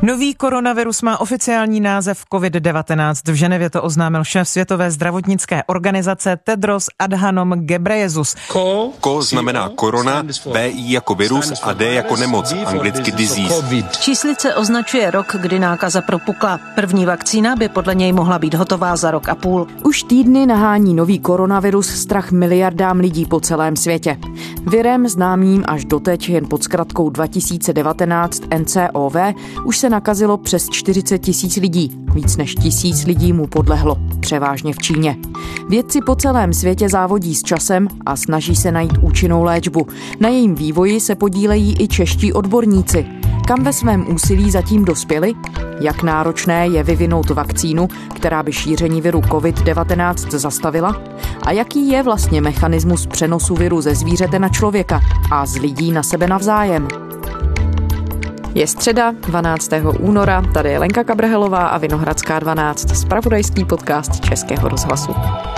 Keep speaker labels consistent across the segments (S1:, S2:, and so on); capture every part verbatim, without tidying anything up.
S1: Nový koronavirus má oficiální název covid devatenáct. V Ženevě to oznámil šéf Světové zdravotnické organizace Tedros Adhanom Ghebreyesus.
S2: Ko znamená korona, B I jako virus a D jako nemoc, anglicky disease.
S3: Číslice označuje rok, kdy nákaza propukla. První vakcína by podle něj mohla být hotová za rok a půl.
S4: Už týdny nahání nový koronavirus strach miliardám lidí po celém světě. Virem známým až doteď jen pod zkratkou dva tisíce devatenáct N C O V už se nakazilo přes čtyřicet tisíc lidí. Víc než tisíc lidí mu podlehlo, převážně v Číně. Vědci po celém světě závodí s časem a snaží se najít účinnou léčbu. Na jejím vývoji se podílejí i čeští odborníci. Kam ve svém úsilí zatím dospěli? Jak náročné je vyvinout vakcínu, která by šíření viru covid devatenáct zastavila? A jaký je vlastně mechanismus přenosu viru ze zvířete na člověka a z lidí na sebe navzájem? Je středa, dvanáctého února, tady je Lenka Kabrhelová a Vinohradská dvanáct, zpravodajský podcast Českého rozhlasu.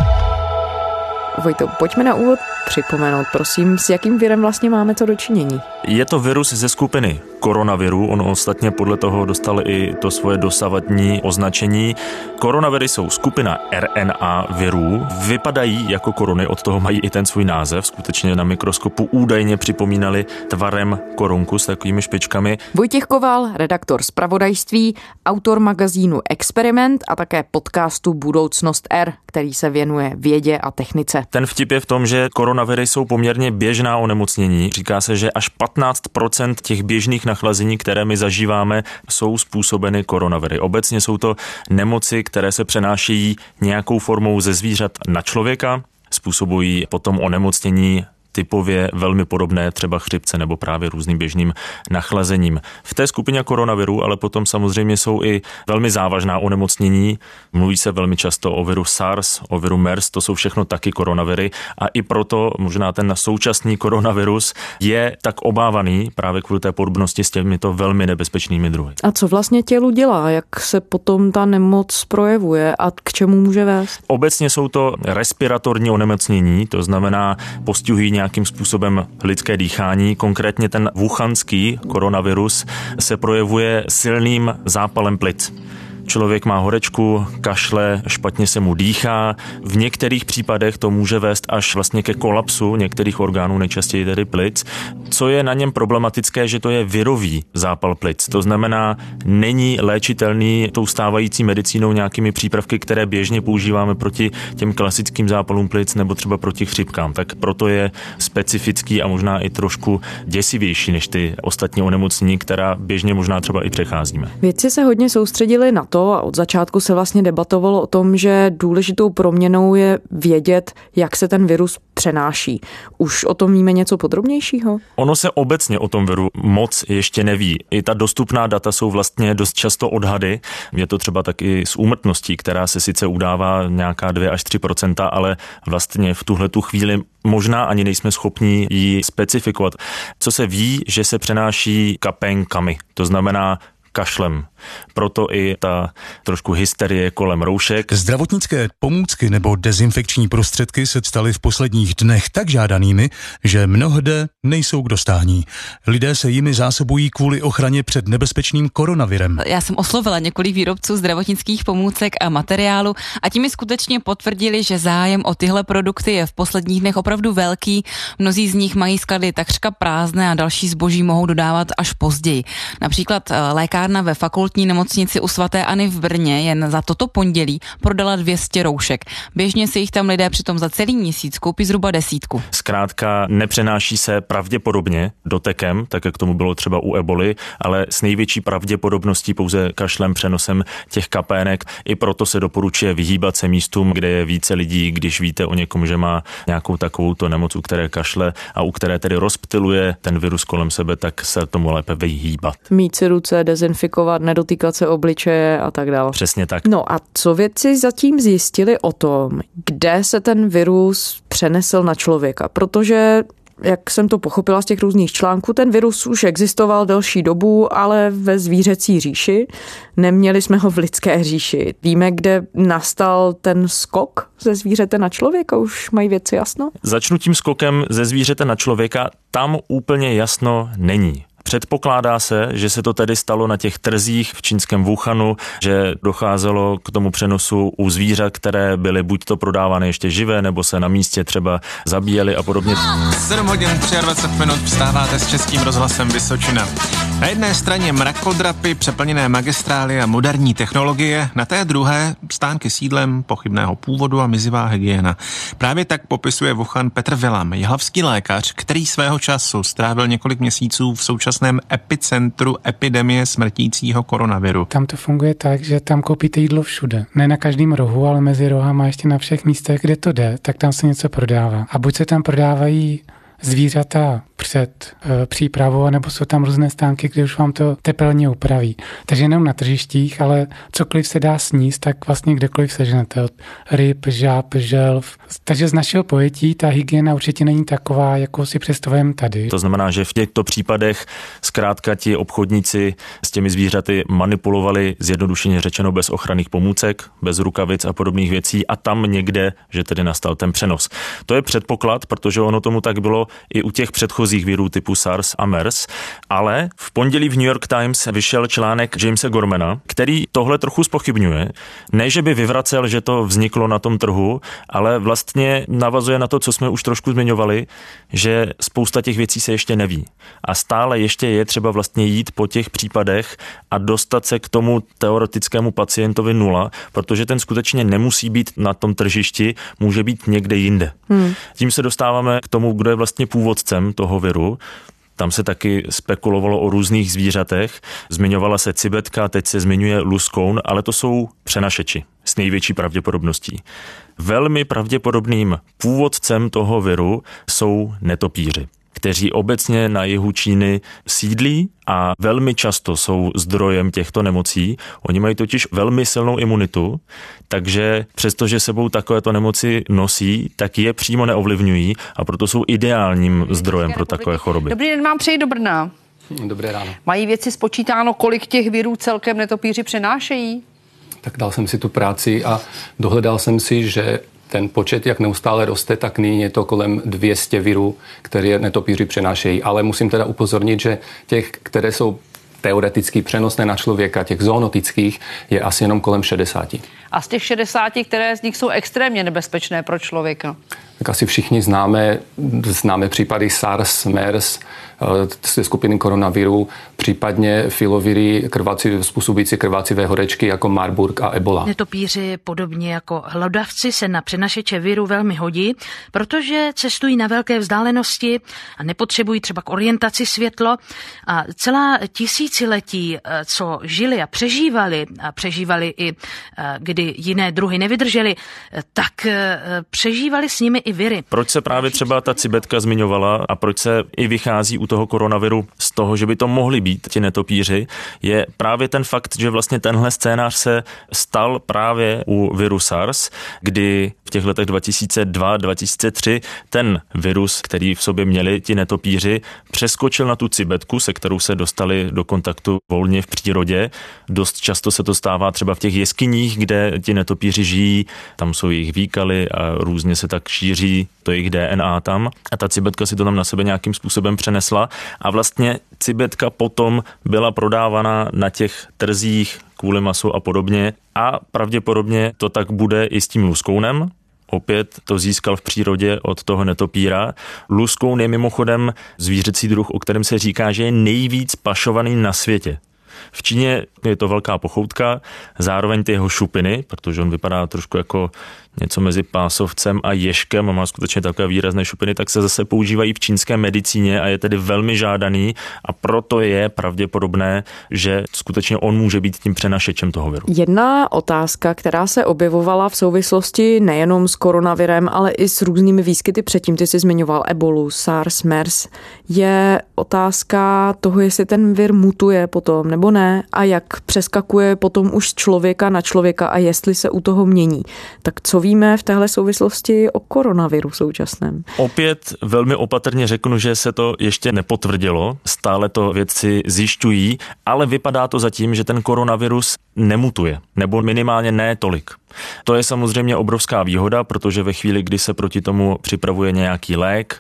S4: Vojto, pojďme na úvod připomenout, prosím, s jakým virem vlastně máme co dočinění.
S5: Je to virus ze skupiny koronaviru, on ostatně podle toho dostal i to svoje dosavadní označení. Koronaviry jsou skupina R N A virů, vypadají jako korony, od toho mají i ten svůj název, skutečně na mikroskopu údajně připomínali tvarem korunku s takovými špičkami.
S4: Vojtěch Koval, redaktor zpravodajství, autor magazínu Experiment a také podcastu Budoucnost R, který se věnuje vědě a technice.
S5: Ten vtip je v tom, že koronaviry jsou poměrně běžná onemocnění. Říká se, že až patnáct procent těch běžných nachlazení, které my zažíváme, jsou způsobeny koronaviry. Obecně jsou to nemoci, které se přenášejí nějakou formou ze zvířat na člověka, způsobují potom onemocnění typově velmi podobné třeba chřipce nebo právě různým běžným nachlazením. V té skupině koronaviru ale potom samozřejmě jsou i velmi závažná onemocnění. Mluví se velmi často o viru SARS, o viru MERS, to jsou všechno taky koronaviry a i proto možná ten současný koronavirus je tak obávaný právě kvůli té podobnosti s těmito velmi nebezpečnými druhy.
S4: A co vlastně tělu dělá? Jak se potom ta nemoc projevuje a k čemu může vést?
S5: Obecně jsou to respiratorní onemocnění, to znamená postihují nějakým způsobem lidské dýchání. Konkrétně ten wuhanský koronavirus se projevuje silným zápalem plic. Člověk má horečku, kašle, špatně se mu dýchá. V některých případech to může vést až vlastně ke kolapsu některých orgánů, nejčastěji tedy plic. Co je na něm problematické, že to je virový zápal plic. To znamená, není léčitelný tou stávající medicínou nějakými přípravky, které běžně používáme proti těm klasickým zápalům plic nebo třeba proti chřipkám. Tak proto je specifický a možná i trošku děsivější než ty ostatní onemocnění, která běžně možná třeba i přecházíme.
S4: Vědci se hodně soustředili na to, a od začátku se vlastně debatovalo o tom, že důležitou proměnou je vědět, jak se ten virus přenáší. Už o tom víme něco podrobnějšího?
S5: Ono se obecně o tom viru moc ještě neví. I ta dostupná data jsou vlastně dost často odhady. Je to třeba taky s úmrtností, která se sice udává nějaká dvě až tři procenta, ale vlastně v tuhletu chvíli možná ani nejsme schopni ji specifikovat. Co se ví, že se přenáší kapénkami, to znamená kašlem. Proto i ta trošku hysterie kolem roušek.
S6: Zdravotnické pomůcky nebo dezinfekční prostředky se staly v posledních dnech tak žádanými, že mnohde nejsou k dostání. Lidé se jimi zásobují kvůli ochraně před nebezpečným koronavirem.
S7: Já jsem oslovila několik výrobců zdravotnických pomůcek a materiálu a ti mi skutečně potvrdili, že zájem o tyhle produkty je v posledních dnech opravdu velký. Mnozí z nich mají sklady takřka prázdné a další zboží mohou dodávat až později. Například lékárna ve fakultní nemocnici u svaté Anny v Brně jen za toto pondělí prodala dvě stě roušek. Běžně si jich tam lidé přitom za celý měsíc koupí zhruba desítku.
S5: Zkrátka nepřenáší se pravděpodobně dotekem, tak jak tomu bylo třeba u eboli, ale s největší pravděpodobností pouze kašlem, přenosem těch kapének. I proto se doporučuje vyhýbat se místům, kde je více lidí, když víte o někom, že má nějakou takovouto nemoc, u které kašle a u které tedy rozptyluje ten virus kolem sebe, tak se tomu lépe vyhýbat.
S4: Mít si ruce, dezinfikovat, nedotýkat se obličeje a tak dále.
S5: Přesně tak.
S4: No a co vědci zatím zjistili o tom, kde se ten virus přenesl na člověka? Protože jak jsem to pochopila z těch různých článků, ten virus už existoval delší dobu, ale ve zvířecí říši. Neměli jsme ho v lidské říši. Víme, kde nastal ten skok ze zvířete na člověka? Už mají vědci jasno?
S5: Začnu tím skokem ze zvířete na člověka. Tam úplně jasno není. Předpokládá se, že se to tedy stalo na těch trzích v čínském Wuhanu, že docházelo k tomu přenosu u zvířat, které byly buď to prodávány ještě živé, nebo se na místě třeba zabíjely a podobně.
S8: sedm hodin dvacet tři minut vstáváte s Českým rozhlasem Vysočina. Na jedné straně mrakodrapy, přeplněné magistrály a moderní technologie, na té druhé stánky s jídlem pochybného původu a mizivá hygiena. Právě tak popisuje Wuhan Petr Vilam, jihlavský lékař, který svého času strávil několik měsíců v současném epicentru epidemie smrtícího koronaviru.
S9: Tam to funguje tak, že tam koupíte jídlo všude. Ne na každém rohu, ale mezi rohama ještě na všech místech, kde to jde, tak tam se něco prodává. A buď se tam prodávají zvířata před e, přípravou, nebo jsou tam různé stánky, kde už vám to tepelně upraví. Takže jenom na tržištích, ale cokoliv se dá sníst, tak vlastně kdekoliv seženete. Od ryb, žáb, želv. Takže z našeho pojetí ta hygiena určitě není taková, jakou si představujeme tady.
S5: To znamená, že v těchto případech zkrátka ti obchodníci s těmi zvířaty manipulovali, zjednodušeně řečeno, bez ochranných pomůcek, bez rukavic a podobných věcí a tam někde, že tedy nastal ten přenos. To je předpoklad, protože ono tomu tak bylo i u těch předchozích virů typu SARS a MERS, ale v pondělí v New York Times vyšel článek Jamese Gormana, který tohle trochu zpochybňuje. Ne, že by vyvracel, že to vzniklo na tom trhu, ale vlastně navazuje na to, co jsme už trošku zmiňovali, že spousta těch věcí se ještě neví. A stále ještě je třeba vlastně jít po těch případech a dostat se k tomu teoretickému pacientovi nula, protože ten skutečně nemusí být na tom tržišti, může být někde jinde. Hmm. Tím se dostáváme k tomu, kdo je vlastně původcem toho viru. Tam se taky spekulovalo o různých zvířatech. Zmiňovala se cibetka, teď se zmiňuje luskoun, ale to jsou přenašeči s největší pravděpodobností. Velmi pravděpodobným původcem toho viru jsou netopíři, kteří obecně na jihu Číny sídlí a velmi často jsou zdrojem těchto nemocí. Oni mají totiž velmi silnou imunitu, takže přestože sebou takovéto nemoci nosí, tak je přímo neovlivňují a proto jsou ideálním zdrojem pro takové choroby.
S10: Dobrý den, mám přejít do Brna.
S11: Dobré ráno.
S10: Mají vědci spočítáno, kolik těch virů celkem netopíři přenášejí?
S11: Tak dal jsem si tu práci a dohledal jsem si, že ten počet, jak neustále roste, tak nyní je to kolem dvě stě virů, které netopíři přenášejí. Ale musím teda upozornit, že těch, které jsou teoreticky přenosné na člověka, těch zoonotických, je asi jenom kolem šedesáti.
S10: A z těch šedesáti, které z nich jsou extrémně nebezpečné pro člověka?
S11: Tak asi všichni známe, známe případy SARS, MERS, ze skupiny koronavirů, případně filoviry krvácí, způsobící krvácivé horečky jako Marburg a Ebola.
S12: Netopíři, podobně jako hlodavci, se na přenašeče viru velmi hodí, protože cestují na velké vzdálenosti a nepotřebují třeba k orientaci světlo. A celá tisíciletí, co žili a přežívali, a přežívali i kdy jiné druhy nevydrželi, tak přežívali s nimi i viry.
S5: Proč se právě třeba ta cibetka zmiňovala a proč se i vychází u toho koronaviru z toho, že by to mohli být ti netopíři, je právě ten fakt, že vlastně tenhle scénář se stal právě u viru SARS, kdy v těch letech dva tisíce dva dva tisíce tři ten virus, který v sobě měli ti netopíři, přeskočil na tu cibetku, se kterou se dostali do kontaktu volně v přírodě. Dost často se to stává třeba v těch jeskyních, kde ti netopíři žijí, tam jsou jejich výkaly a různě se tak šíří to jejich D N A tam a ta cibetka si to tam na sebe nějakým způsobem přenesla a vlastně cibetka potom byla prodávána na těch trzích kvůli masu a podobně a pravděpodobně to tak bude i s tím luskounem. Opět to získal v přírodě od toho netopíra. Luskoun je mimochodem zvířecí druh, o kterém se říká, že je nejvíc pašovaný na světě. V Číně je to velká pochoutka, zároveň ty jeho šupiny, protože on vypadá trošku jako něco mezi pásovcem a ježkem a má skutečně takové výrazné šupiny, tak se zase používají v čínské medicíně a je tedy velmi žádaný a proto je pravděpodobné, že skutečně on může být tím přenašečem toho viru.
S4: Jedna otázka, která se objevovala v souvislosti nejenom s koronavirem, ale i s různými výskyty předtím, ty jsi zmiňoval ebolu, SARS, MERS, je otázka toho, jestli ten vir mutuje potom nebo ne a jak přeskakuje potom už z člověka na člověka a jestli se u toho mění. Tak co víme v téhle souvislosti o koronaviru současném?
S5: Opět velmi opatrně řeknu, že se to ještě nepotvrdilo, stále to vědci zjišťují, ale vypadá to zatím, že ten koronavirus nemutuje, nebo minimálně ne tolik. To je samozřejmě obrovská výhoda, protože ve chvíli, kdy se proti tomu připravuje nějaký lék,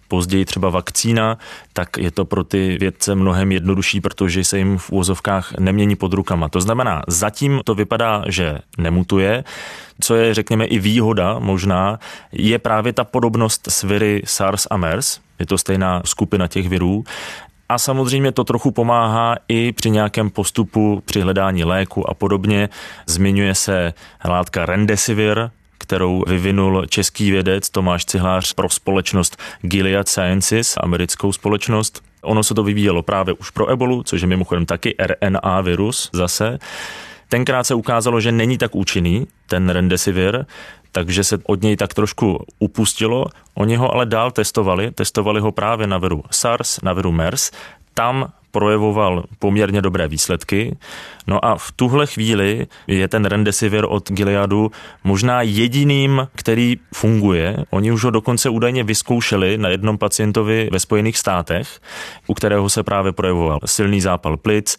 S5: později třeba vakcína, tak je to pro ty vědce mnohem jednodušší, protože se jim v úvozovkách nemění pod rukama. To znamená, zatím to vypadá, že nemutuje. Co je, řekněme, i výhoda možná, je právě ta podobnost s viry SARS a MERS. Je to stejná skupina těch virů. A samozřejmě to trochu pomáhá i při nějakém postupu, při hledání léku a podobně. Zmiňuje se látka Remdesivir, kterou vyvinul český vědec Tomáš Cihlář pro společnost Gilead Sciences, americkou společnost. Ono se to vyvíjelo právě už pro ebolu, což je mimochodem taky R N A virus zase. Tenkrát se ukázalo, že není tak účinný ten Remdesivir, takže se od něj tak trošku upustilo. Oni ho ale dál testovali, testovali ho právě na viru SARS, na viru MERS. Tam projevoval poměrně dobré výsledky. No a v tuhle chvíli je ten Remdesivir od Gileadu možná jediným, který funguje. Oni už ho dokonce údajně vyzkoušeli na jednom pacientovi ve Spojených státech, u kterého se právě projevoval silný zápal plic.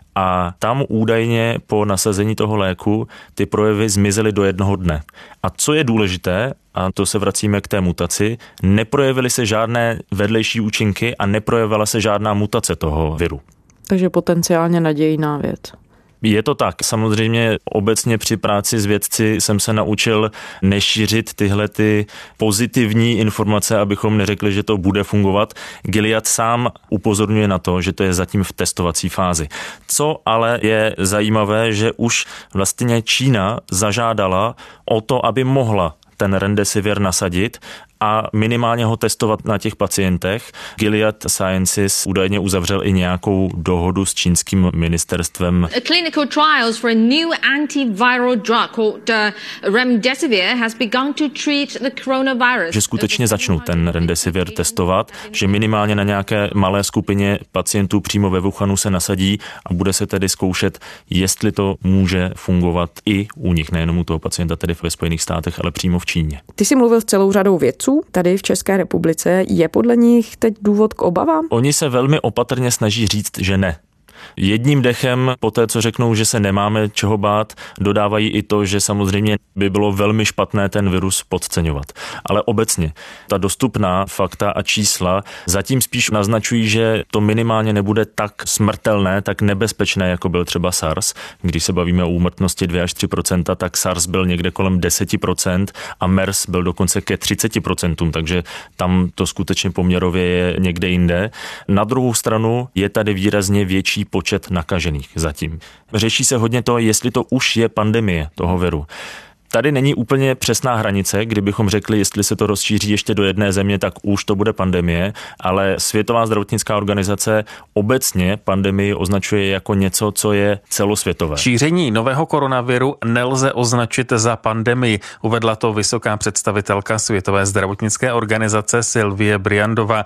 S5: A tam údajně po nasazení toho léku ty projevy zmizely do jednoho dne. A co je důležité, a to se vracíme k té mutaci, neprojevily se žádné vedlejší účinky a neprojevila se žádná mutace toho viru.
S4: Takže potenciálně nadějná věc.
S5: Je to tak. Samozřejmě obecně při práci s vědci jsem se naučil nešířit tyhle ty pozitivní informace, abychom neřekli, že to bude fungovat. Gilead sám upozorňuje na to, že to je zatím v testovací fázi. Co ale je zajímavé, že už vlastně Čína zažádala o to, aby mohla ten Remdesivir nasadit a minimálně ho testovat na těch pacientech. Gilead Sciences údajně uzavřel i nějakou dohodu s čínským ministerstvem.
S13: A clinical trials for a new antiviral drug called uh, Remdesivir has begun to treat the coronavirus.
S5: Že skutečně začnou ten Remdesivir testovat, že minimálně na nějaké malé skupině pacientů přímo ve Wuhanu se nasadí a bude se tedy zkoušet, jestli to může fungovat i u nich, nejenom u toho pacienta tedy ve Spojených státech, ale přímo v Číně.
S4: Ty jsi mluvil s celou řadou vědců tady v České republice. Je podle nich teď důvod k obavám?
S5: Oni se velmi opatrně snaží říct, že ne. Jedním dechem, po té, co řeknou, že se nemáme čeho bát, dodávají i to, že samozřejmě by bylo velmi špatné ten virus podceňovat. Ale obecně ta dostupná fakta a čísla zatím spíš naznačují, že to minimálně nebude tak smrtelné, tak nebezpečné, jako byl třeba SARS. Když se bavíme o úmrtnosti dvě až tři procenta, tak SARS byl někde kolem deset procent a MERS byl dokonce ke třicet procent, takže tam to skutečně poměrově je někde jinde. Na druhou stranu je tady výrazně větší počet nakažených zatím. Řeší se hodně to, jestli to už je pandemie toho viru. Tady není úplně přesná hranice, kdybychom řekli, jestli se to rozšíří ještě do jedné země, tak už to bude pandemie, ale Světová zdravotnická organizace obecně pandemii označuje jako něco, co je celosvětové.
S8: Šíření nového koronaviru nelze označit za pandemii, uvedla to vysoká představitelka Světové zdravotnické organizace Sylvie Briandová.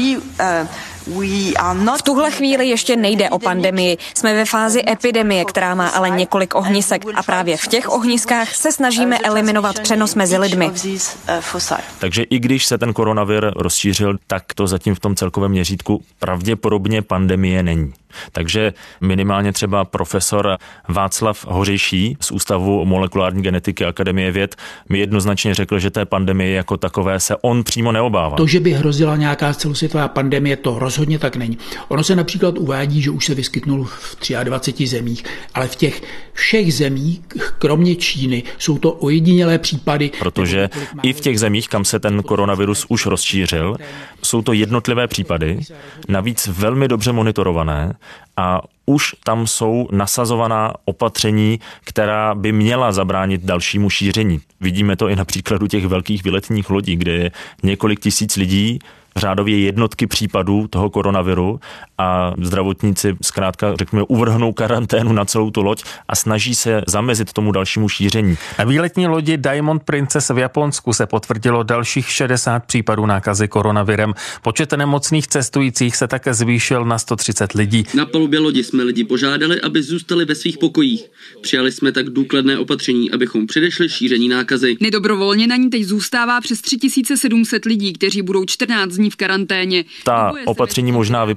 S14: V tuhle chvíli ještě nejde o pandemii. Jsme ve fázi epidemie, která má ale několik ohnisek a právě v těch ohniskách se snažíme eliminovat přenos mezi lidmi.
S5: Takže i když se ten koronavir rozšířil, tak to zatím v tom celkovém měřítku pravděpodobně pandemie není. Takže minimálně třeba profesor Václav Hořejší z Ústavu molekulární genetiky Akademie věd mi jednoznačně řekl, že té pandemie jako takové se on přímo neobává.
S15: To, že by hrozila nějaká celosvětová pandemie, to rozhodně tak není. Ono se například uvádí, že už se vyskytnul v dvaceti třech zemích, ale v těch všech zemích, kromě Číny, jsou to ojedinělé případy.
S5: Protože i v těch zemích, kam se ten koronavirus už rozšířil, jsou to jednotlivé případy, navíc velmi dobře monitorované a už tam jsou nasazovaná opatření, která by měla zabránit dalšímu šíření. Vidíme to i na příkladu těch velkých výletních lodí, kde je několik tisíc lidí, řádově jednotky případů toho koronaviru a zdravotníci zkrátka, řekněme, uvrhnou karanténu na celou tu loď a snaží se zamezit tomu dalšímu šíření.
S8: Na výletní lodi Diamond Princess v Japonsku se potvrdilo dalších šedesát případů nákazy koronavirem. Počet nemocných cestujících se také zvýšil na sto třicet lidí.
S16: Na palubě lodi jsme lidi požádali, aby zůstali ve svých pokojích. Přijali jsme tak důkladné opatření, abychom předešli šíření nákazy.
S17: Nedobrovolně na ní teď zůstává přes tři tisíce sedm set lidí, kteří budou čtrnáct dní v karanténě.
S5: Ta opatření možná vypadají trošku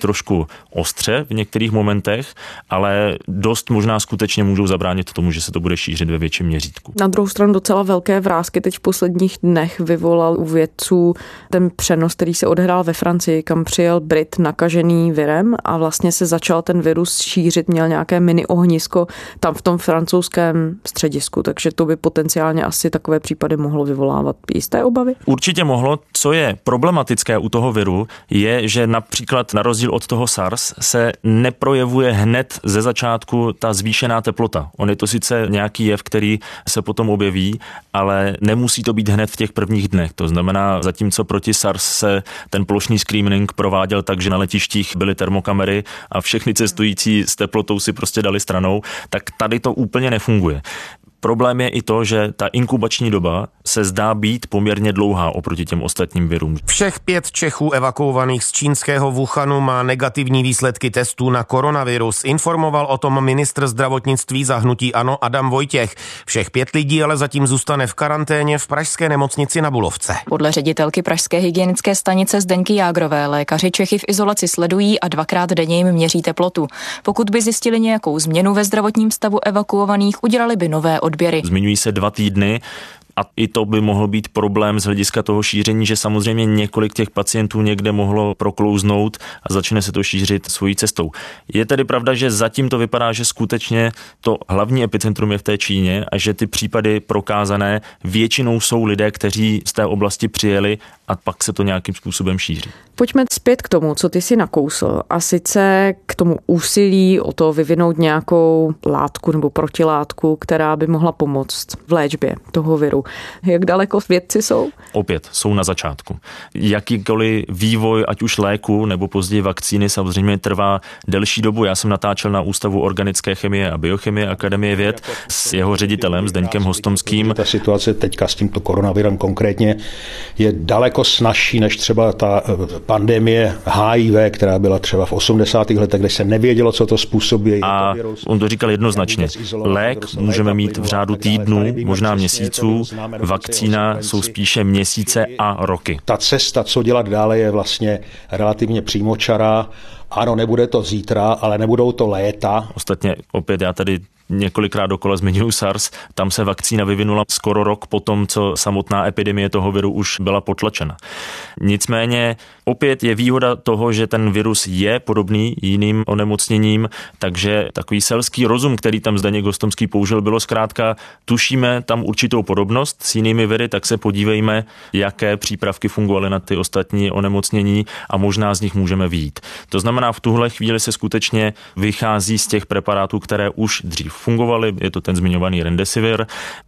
S5: trošku ostře v některých momentech, ale dost možná skutečně můžou zabránit tomu, že se to bude šířit ve větším měřítku.
S4: Na druhou stranu docela velké vrásky teď v posledních dnech vyvolal u vědců ten přenos, který se odehrál ve Francii, kam přijel Brit nakažený virem a vlastně se začal ten virus šířit, měl nějaké mini ohnisko tam v tom francouzském středisku, takže to by potenciálně asi takové případy mohlo vyvolávat jisté obavy.
S5: Určitě mohlo. Co je problematické u toho viru, je, že například na rozdíl od toho SARS se neprojevuje hned ze začátku ta zvýšená teplota. On je to sice nějaký jev, který se potom objeví, ale nemusí to být hned v těch prvních dnech. To znamená, zatímco proti SARS se ten plošný screening prováděl tak, že na letištích byly termokamery a všechny cestující s teplotou si prostě dali stranou, tak tady to úplně nefunguje. Problém je i to, že ta inkubační doba se zdá být poměrně dlouhá oproti těm ostatním virům.
S18: Všech pět Čechů evakuovaných z čínského Wuhanu má negativní výsledky testů na koronavirus. Informoval o tom ministr zdravotnictví za hnutí ANO Adam Vojtěch. Všech pět lidí ale zatím zůstane v karanténě v pražské nemocnici na Bulovce.
S19: Podle ředitelky pražské hygienické stanice Zdeňky Jágrové lékaři Čechy v izolaci sledují a dvakrát denně jim měří teplotu. Pokud by zjistili nějakou změnu ve zdravotním stavu evakuovaných, udělali by nové odběry.
S5: Zmiňují se dva týdny. A i to by mohl být problém z hlediska toho šíření, že samozřejmě několik těch pacientů někde mohlo proklouznout a začne se to šířit svojí cestou. Je tedy pravda, že zatím to vypadá, že skutečně to hlavní epicentrum je v té Číně a že ty případy prokázané většinou jsou lidé, kteří z té oblasti přijeli a pak se to nějakým způsobem šíří.
S4: Pojďme zpět k tomu, co ty si nakousl, a sice k tomu úsilí o to vyvinout nějakou látku nebo protilátku, která by mohla pomoct v léčbě toho viru. Jak daleko vědci jsou?
S5: Opět jsou na začátku. Jakýkoliv vývoj, ať už léku nebo později vakcíny, samozřejmě trvá delší dobu. Já jsem natáčel na Ústavu organické chemie a biochemie Akademie věd s jeho ředitelem Zdeňkem Hostomským.
S20: Ta situace teďka s tímto koronavirem konkrétně je daleko snazší než třeba ta pandemie H I V, která byla třeba v osmdesátých letech, kde se nevědělo, co to způsobí.
S5: A on to říkal jednoznačně. Lék můžeme mít v řádu týdnů, možná měsíců. Vakcína jsou spíše měsíce a roky.
S20: Ta cesta, co dělat dále, je vlastně relativně přímočará. Ano, nebude to zítra, ale nebudou to léta.
S5: Ostatně opět já tady několikrát dokola zmiňuji SARS, tam se vakcína vyvinula skoro rok po tom, co samotná epidemie toho viru už byla potlačena. Nicméně opět je výhoda toho, že ten virus je podobný jiným onemocněním, takže takový selský rozum, který tam Zdeněk Hostomský použil, bylo zkrátka, tušíme tam určitou podobnost s jinými viry, tak se podívejme, jaké přípravky fungovaly na ty ostatní onemocnění a možná z nich můžeme vyjít. To znamená, v tuhle chvíli se skutečně vychází z těch preparátů, které už dřív fungovaly, je to ten zmiňovaný Remdesivir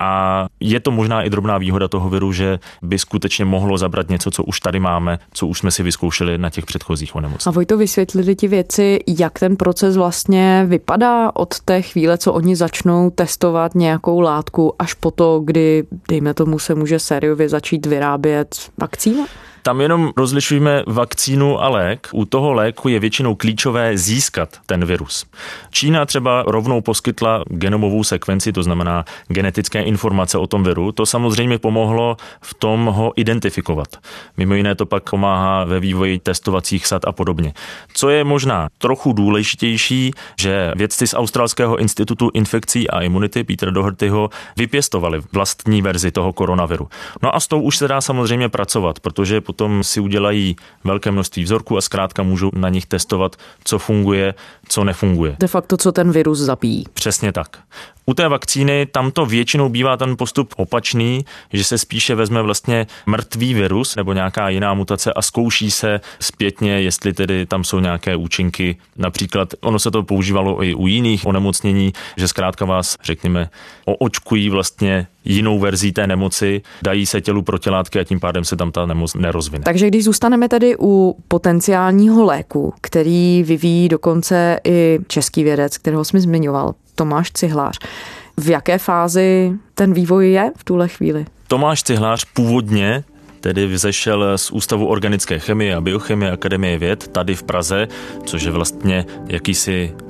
S5: a je to možná i drobná výhoda toho viru, že by skutečně mohlo zabrat něco, co už tady máme, co už jsme si vyzkoušeli na těch předchozích onemocněních.
S4: A Vojto, vysvětlili ti věci, jak ten proces vlastně vypadá od té chvíle, co oni začnou testovat nějakou látku, až po to, kdy, dejme tomu, se může sériově začít vyrábět vakcína?
S5: Tam jenom rozlišujeme vakcínu a lék. U toho léku je většinou klíčové získat ten virus. Čína třeba rovnou poskytla genomovou sekvenci, to znamená genetické informace o tom viru. To samozřejmě pomohlo v tom ho identifikovat. Mimo jiné to pak pomáhá ve vývoji testovacích sad a podobně. Co je možná trochu důležitější, že vědci z Australského institutu infekcí a imunity Peter Dohertyho vypěstovali vlastní verzi toho koronaviru. No a s tou už se dá samozřejmě pracovat, protože potom si udělají velké množství vzorků a zkrátka můžou na nich testovat, co funguje, co nefunguje.
S4: De facto, co ten virus zabíjí.
S5: Přesně tak. U té vakcíny tam to většinou bývá ten postup opačný, že se spíše vezme vlastně mrtvý virus nebo nějaká jiná mutace a zkouší se zpětně, jestli tedy tam jsou nějaké účinky. Například ono se to používalo i u jiných onemocnění, že zkrátka vás, řekněme, oočkují vlastně jinou verzí té nemoci, dají se tělu protilátky a tím pádem se tam ta nemoc nerozvine.
S4: Takže když zůstaneme tedy u potenciálního léku, který vyvíjí dokonce i český vědec, kterého jsme zmiňoval, Tomáš Cihlář. V jaké fázi ten vývoj je v tuhle chvíli?
S5: Tomáš Cihlář původně tedy vzešel z Ústavu organické chemie a biochemie Akademie věd tady v Praze, což je vlastně jakýsi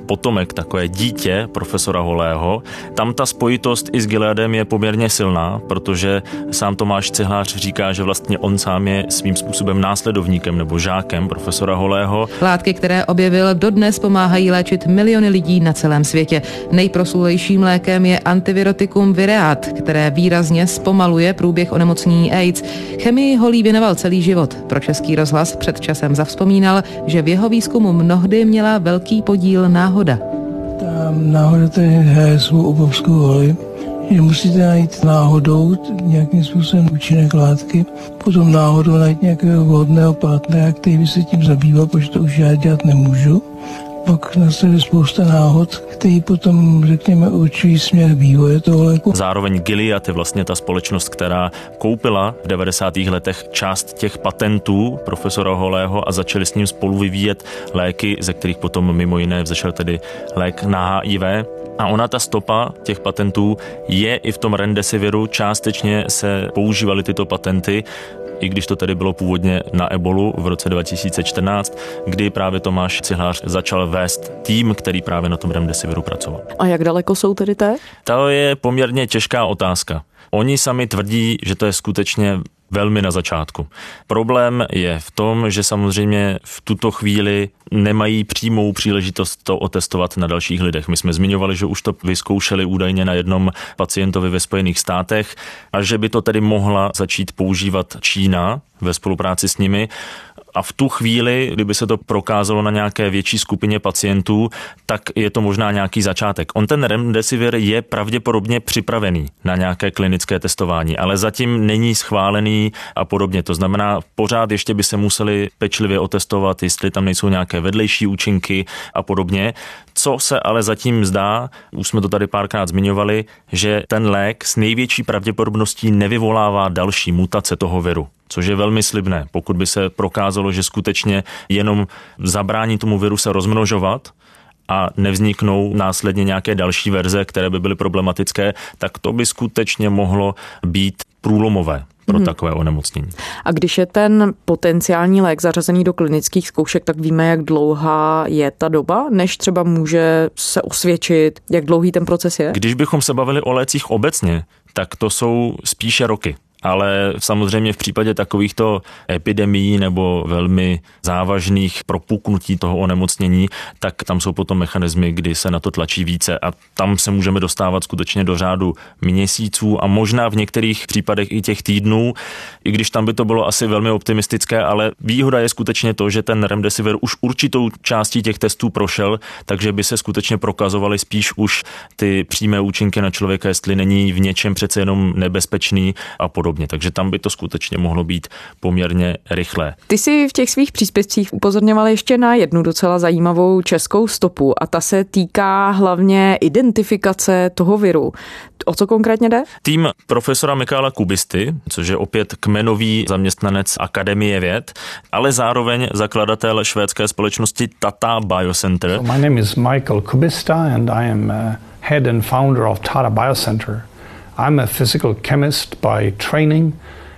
S5: potomek, takové dítě profesora Holého. Tam ta spojitost i s Gileadem je poměrně silná, protože sám Tomáš Cihlář říká, že vlastně on sám je svým způsobem následovníkem nebo žákem profesora Holého.
S21: Látky, které objevil, dodnes pomáhají léčit miliony lidí na celém světě. Nejproslulejším lékem je antivirotikum Viread, které výrazně zpomaluje průběh onemocnění AIDS. Chemii Holý věnoval celý život. Pro Český rozhlas před časem zavzpomínal, že v jeho výzkumu mnohdy měla velký podíl náhoda.
S22: Ta náhoda to je svou obrovskou roli, že musíte najít náhodou nějakým způsobem účinek látky, potom náhodou najít nějakého vhodného partnera, který by se tím zabýval, protože to už já dělat nemůžu. Pak nastane spousta náhod, který potom, řekněme, určují směr vývoje toho léku.
S5: Zároveň Gilead je vlastně ta společnost, která koupila v devadesátých letech část těch patentů profesora Holého a začali s ním spolu vyvíjet léky, ze kterých potom mimo jiné vzešel tedy lék na H I V. A ona, ta stopa těch patentů, je i v tom Remdesiviru. Částečně se používaly tyto patenty, i když to tedy bylo původně na ebolu v roce dva tisíce čtrnáct, kdy právě Tomáš Cihlář začal vést tým, který právě na tom Remdesiviru pracoval.
S4: A jak daleko jsou tedy té?
S5: To je poměrně těžká otázka. Oni sami tvrdí, že to je skutečně velmi na začátku. Problém je v tom, že samozřejmě v tuto chvíli nemají přímou příležitost to otestovat na dalších lidech. My jsme zmiňovali, že už to vyzkoušeli údajně na jednom pacientovi ve Spojených státech a že by to tedy mohla začít používat Čína ve spolupráci s nimi. A v tu chvíli, kdyby se to prokázalo na nějaké větší skupině pacientů, tak je to možná nějaký začátek. On ten Remdesivir je pravděpodobně připravený na nějaké klinické testování, ale zatím není schválený a podobně. To znamená, pořád ještě by se museli pečlivě otestovat, jestli tam nejsou nějaké vedlejší účinky a podobně. Co se ale zatím zdá, už jsme to tady párkrát zmiňovali, že ten lék s největší pravděpodobností nevyvolává další mutace toho viru, což je velmi slibné. Pokud by se prokázalo, že skutečně jenom zabrání tomu viru se rozmnožovat a nevzniknou následně nějaké další verze, které by byly problematické, tak to by skutečně mohlo být průlomové pro hmm. takové onemocnění.
S4: A když je ten potenciální lék zařazený do klinických zkoušek, tak víme, jak dlouhá je ta doba, než třeba může se osvědčit, jak dlouhý ten proces je?
S5: Když bychom se bavili o lécích obecně, tak to jsou spíše roky. Ale samozřejmě v případě takovýchto epidemií nebo velmi závažných propuknutí toho onemocnění, tak tam jsou potom mechanismy, kdy se na to tlačí více a tam se můžeme dostávat skutečně do řádu měsíců a možná v některých případech i těch týdnů, i když tam by to bylo asi velmi optimistické, ale výhoda je skutečně to, že ten Remdesivir už určitou částí těch testů prošel, takže by se skutečně prokazovaly spíš už ty přímé účinky na člověka, jestli není v něčem přece jenom nebezpečný a podobně. Takže tam by to skutečně mohlo být poměrně rychlé.
S4: Ty jsi v těch svých příspěvcích upozorňoval ještě na jednu docela zajímavou českou stopu a ta se týká hlavně identifikace toho viru. O co konkrétně jde?
S5: Tým profesora Michaela Kubisty, což je opět kmenový zaměstnanec Akademie věd, ale zároveň zakladatel švédské společnosti Tata Biocenter.
S23: So my name is Michael Kubista and I am uh, head and founder of Tata Biocenter. I'm a physical chemist by training.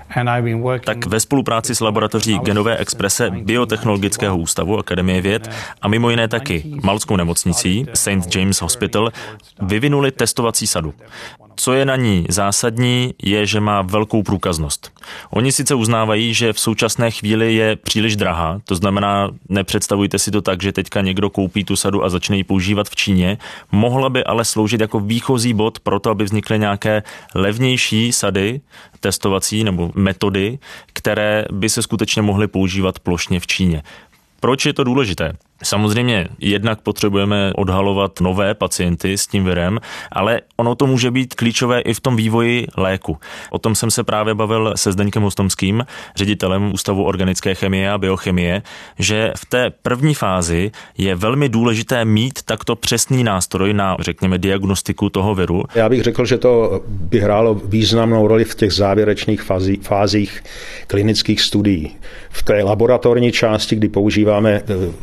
S5: Tak ve spolupráci s laboratoří Genové exprese Biotechnologického ústavu Akademie věd a mimo jiné taky Maltskou nemocnicí Saint James Hospital vyvinuli testovací sadu. Co je na ní zásadní, je, že má velkou průkaznost. Oni sice uznávají, že v současné chvíli je příliš drahá, to znamená, nepředstavujte si to tak, že teďka někdo koupí tu sadu a začne ji používat v Číně, mohla by ale sloužit jako výchozí bod pro to, aby vznikly nějaké levnější sady testovací nebo metody, které by se skutečně mohly používat plošně v Číně. Proč je to důležité? Samozřejmě jednak potřebujeme odhalovat nové pacienty s tím virem, ale ono to může být klíčové i v tom vývoji léku. O tom jsem se právě bavil se Zdeňkem Hostomským, ředitelem Ústavu organické chemie a biochemie, že v té první fázi je velmi důležité mít takto přesný nástroj na, řekněme, diagnostiku toho viru.
S20: Já bych řekl, že to by hrálo významnou roli v těch závěrečných fází, fázích klinických studií. V té laboratorní části, kdy používáme vlastně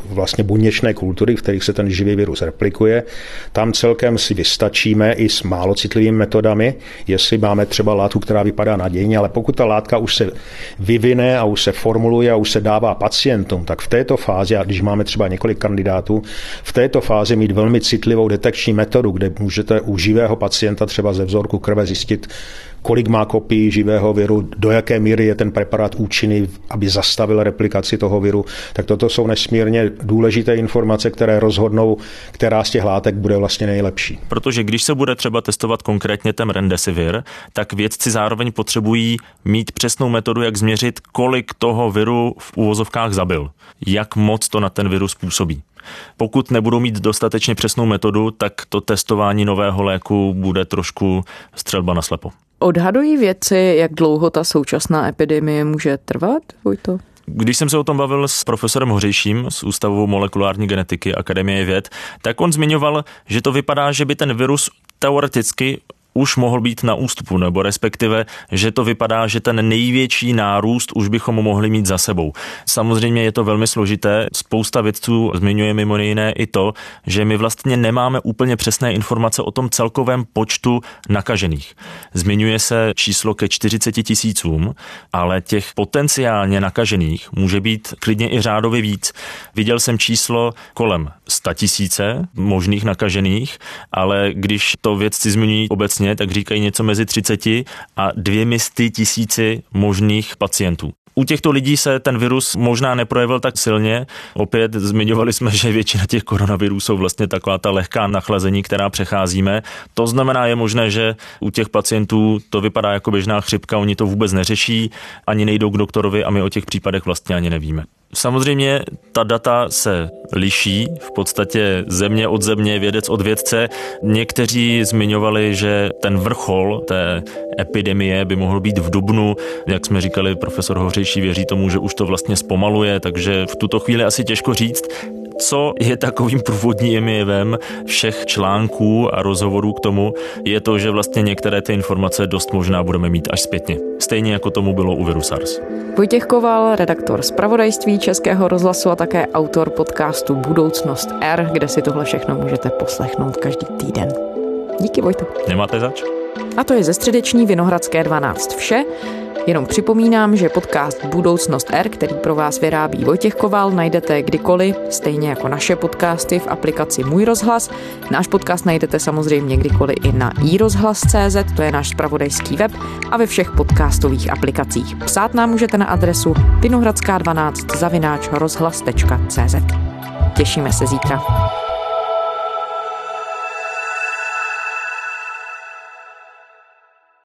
S20: vlastně buněčné kultury, v kterých se ten živý virus replikuje. Tam celkem si vystačíme i s málo citlivými metodami, jestli máme třeba látku, která vypadá nadějně, ale pokud ta látka už se vyvine a už se formuluje a už se dává pacientům, tak v této fázi, a když máme třeba několik kandidátů, v této fázi mít velmi citlivou detekční metodu, kde můžete u živého pacienta třeba ze vzorku krve zjistit, kolik má kopií živého viru, do jaké míry je ten preparát účinný, aby zastavil replikaci toho viru, tak toto jsou nesmírně důležité informace, které rozhodnou, která z těch látek bude vlastně nejlepší.
S5: Protože když se bude třeba testovat konkrétně ten remdesivir, tak vědci zároveň potřebují mít přesnou metodu, jak změřit, kolik toho viru v uvozovkách zabil, jak moc to na ten virus působí. Pokud nebudou mít dostatečně přesnou metodu, tak to testování nového léku bude trošku střelba na slepo.
S4: Odhadují vědci, jak dlouho ta současná epidemie může trvat, Vojto?
S5: Když jsem se o tom bavil s profesorem Hořejším z Ústavu molekulární genetiky Akademie věd, tak on zmiňoval, že to vypadá, že by ten virus teoreticky už mohl být na ústupu, nebo respektive, že to vypadá, že ten největší nárůst už bychom mohli mít za sebou. Samozřejmě je to velmi složité. Spousta vědců zmiňuje mimo jiné i to, že my vlastně nemáme úplně přesné informace o tom celkovém počtu nakažených. Zmiňuje se číslo ke čtyřiceti tisícům, ale těch potenciálně nakažených může být klidně i řádově víc. Viděl jsem číslo kolem sta tisíce možných nakažených, ale když to vědci zmiňují obecně, tak říkají něco mezi třiceti a dvěmi sty tisíci možných pacientů. U těchto lidí se ten virus možná neprojevil tak silně. Opět zmiňovali jsme, že většina těch koronavirů jsou vlastně taková ta lehká nachlazení, která přecházíme. To znamená, je možné, že u těch pacientů to vypadá jako běžná chřipka, oni to vůbec neřeší, ani nejdou k doktorovi a my o těch případech vlastně ani nevíme. Samozřejmě ta data se liší, v podstatě země od země, vědec od vědce. Někteří zmiňovali, že ten vrchol té epidemie by mohl být v dubnu. Jak jsme říkali, profesor Hořejší věří tomu, že už to vlastně zpomaluje, takže v tuto chvíli asi těžko říct, co je takovým průvodním jevem všech článků a rozhovorů k tomu, je to, že vlastně některé ty informace dost možná budeme mít až zpětně. Stejně jako tomu bylo u viru SARS.
S4: Vojtěch Koval, redaktor zpravodajství Českého rozhlasu a také autor podcastu Budoucnost R, kde si tohle všechno můžete poslechnout každý týden. Díky, Vojto.
S5: Nemáte zač?
S4: A to je ze středeční Vinohradské dvanáct vše. Jenom připomínám, že podcast Budoucnost R, který pro vás vyrábí Vojtěch Koval, najdete kdykoliv, stejně jako naše podcasty v aplikaci Můj rozhlas. Náš podcast najdete samozřejmě kdykoliv i na i rozhlas tečka cé zet, to je náš zpravodajský web, a ve všech podcastových aplikacích. Psát nám můžete na adresu vinohradská dvanáct zavináč rozhlas tečka cé zet. Těšíme se zítra.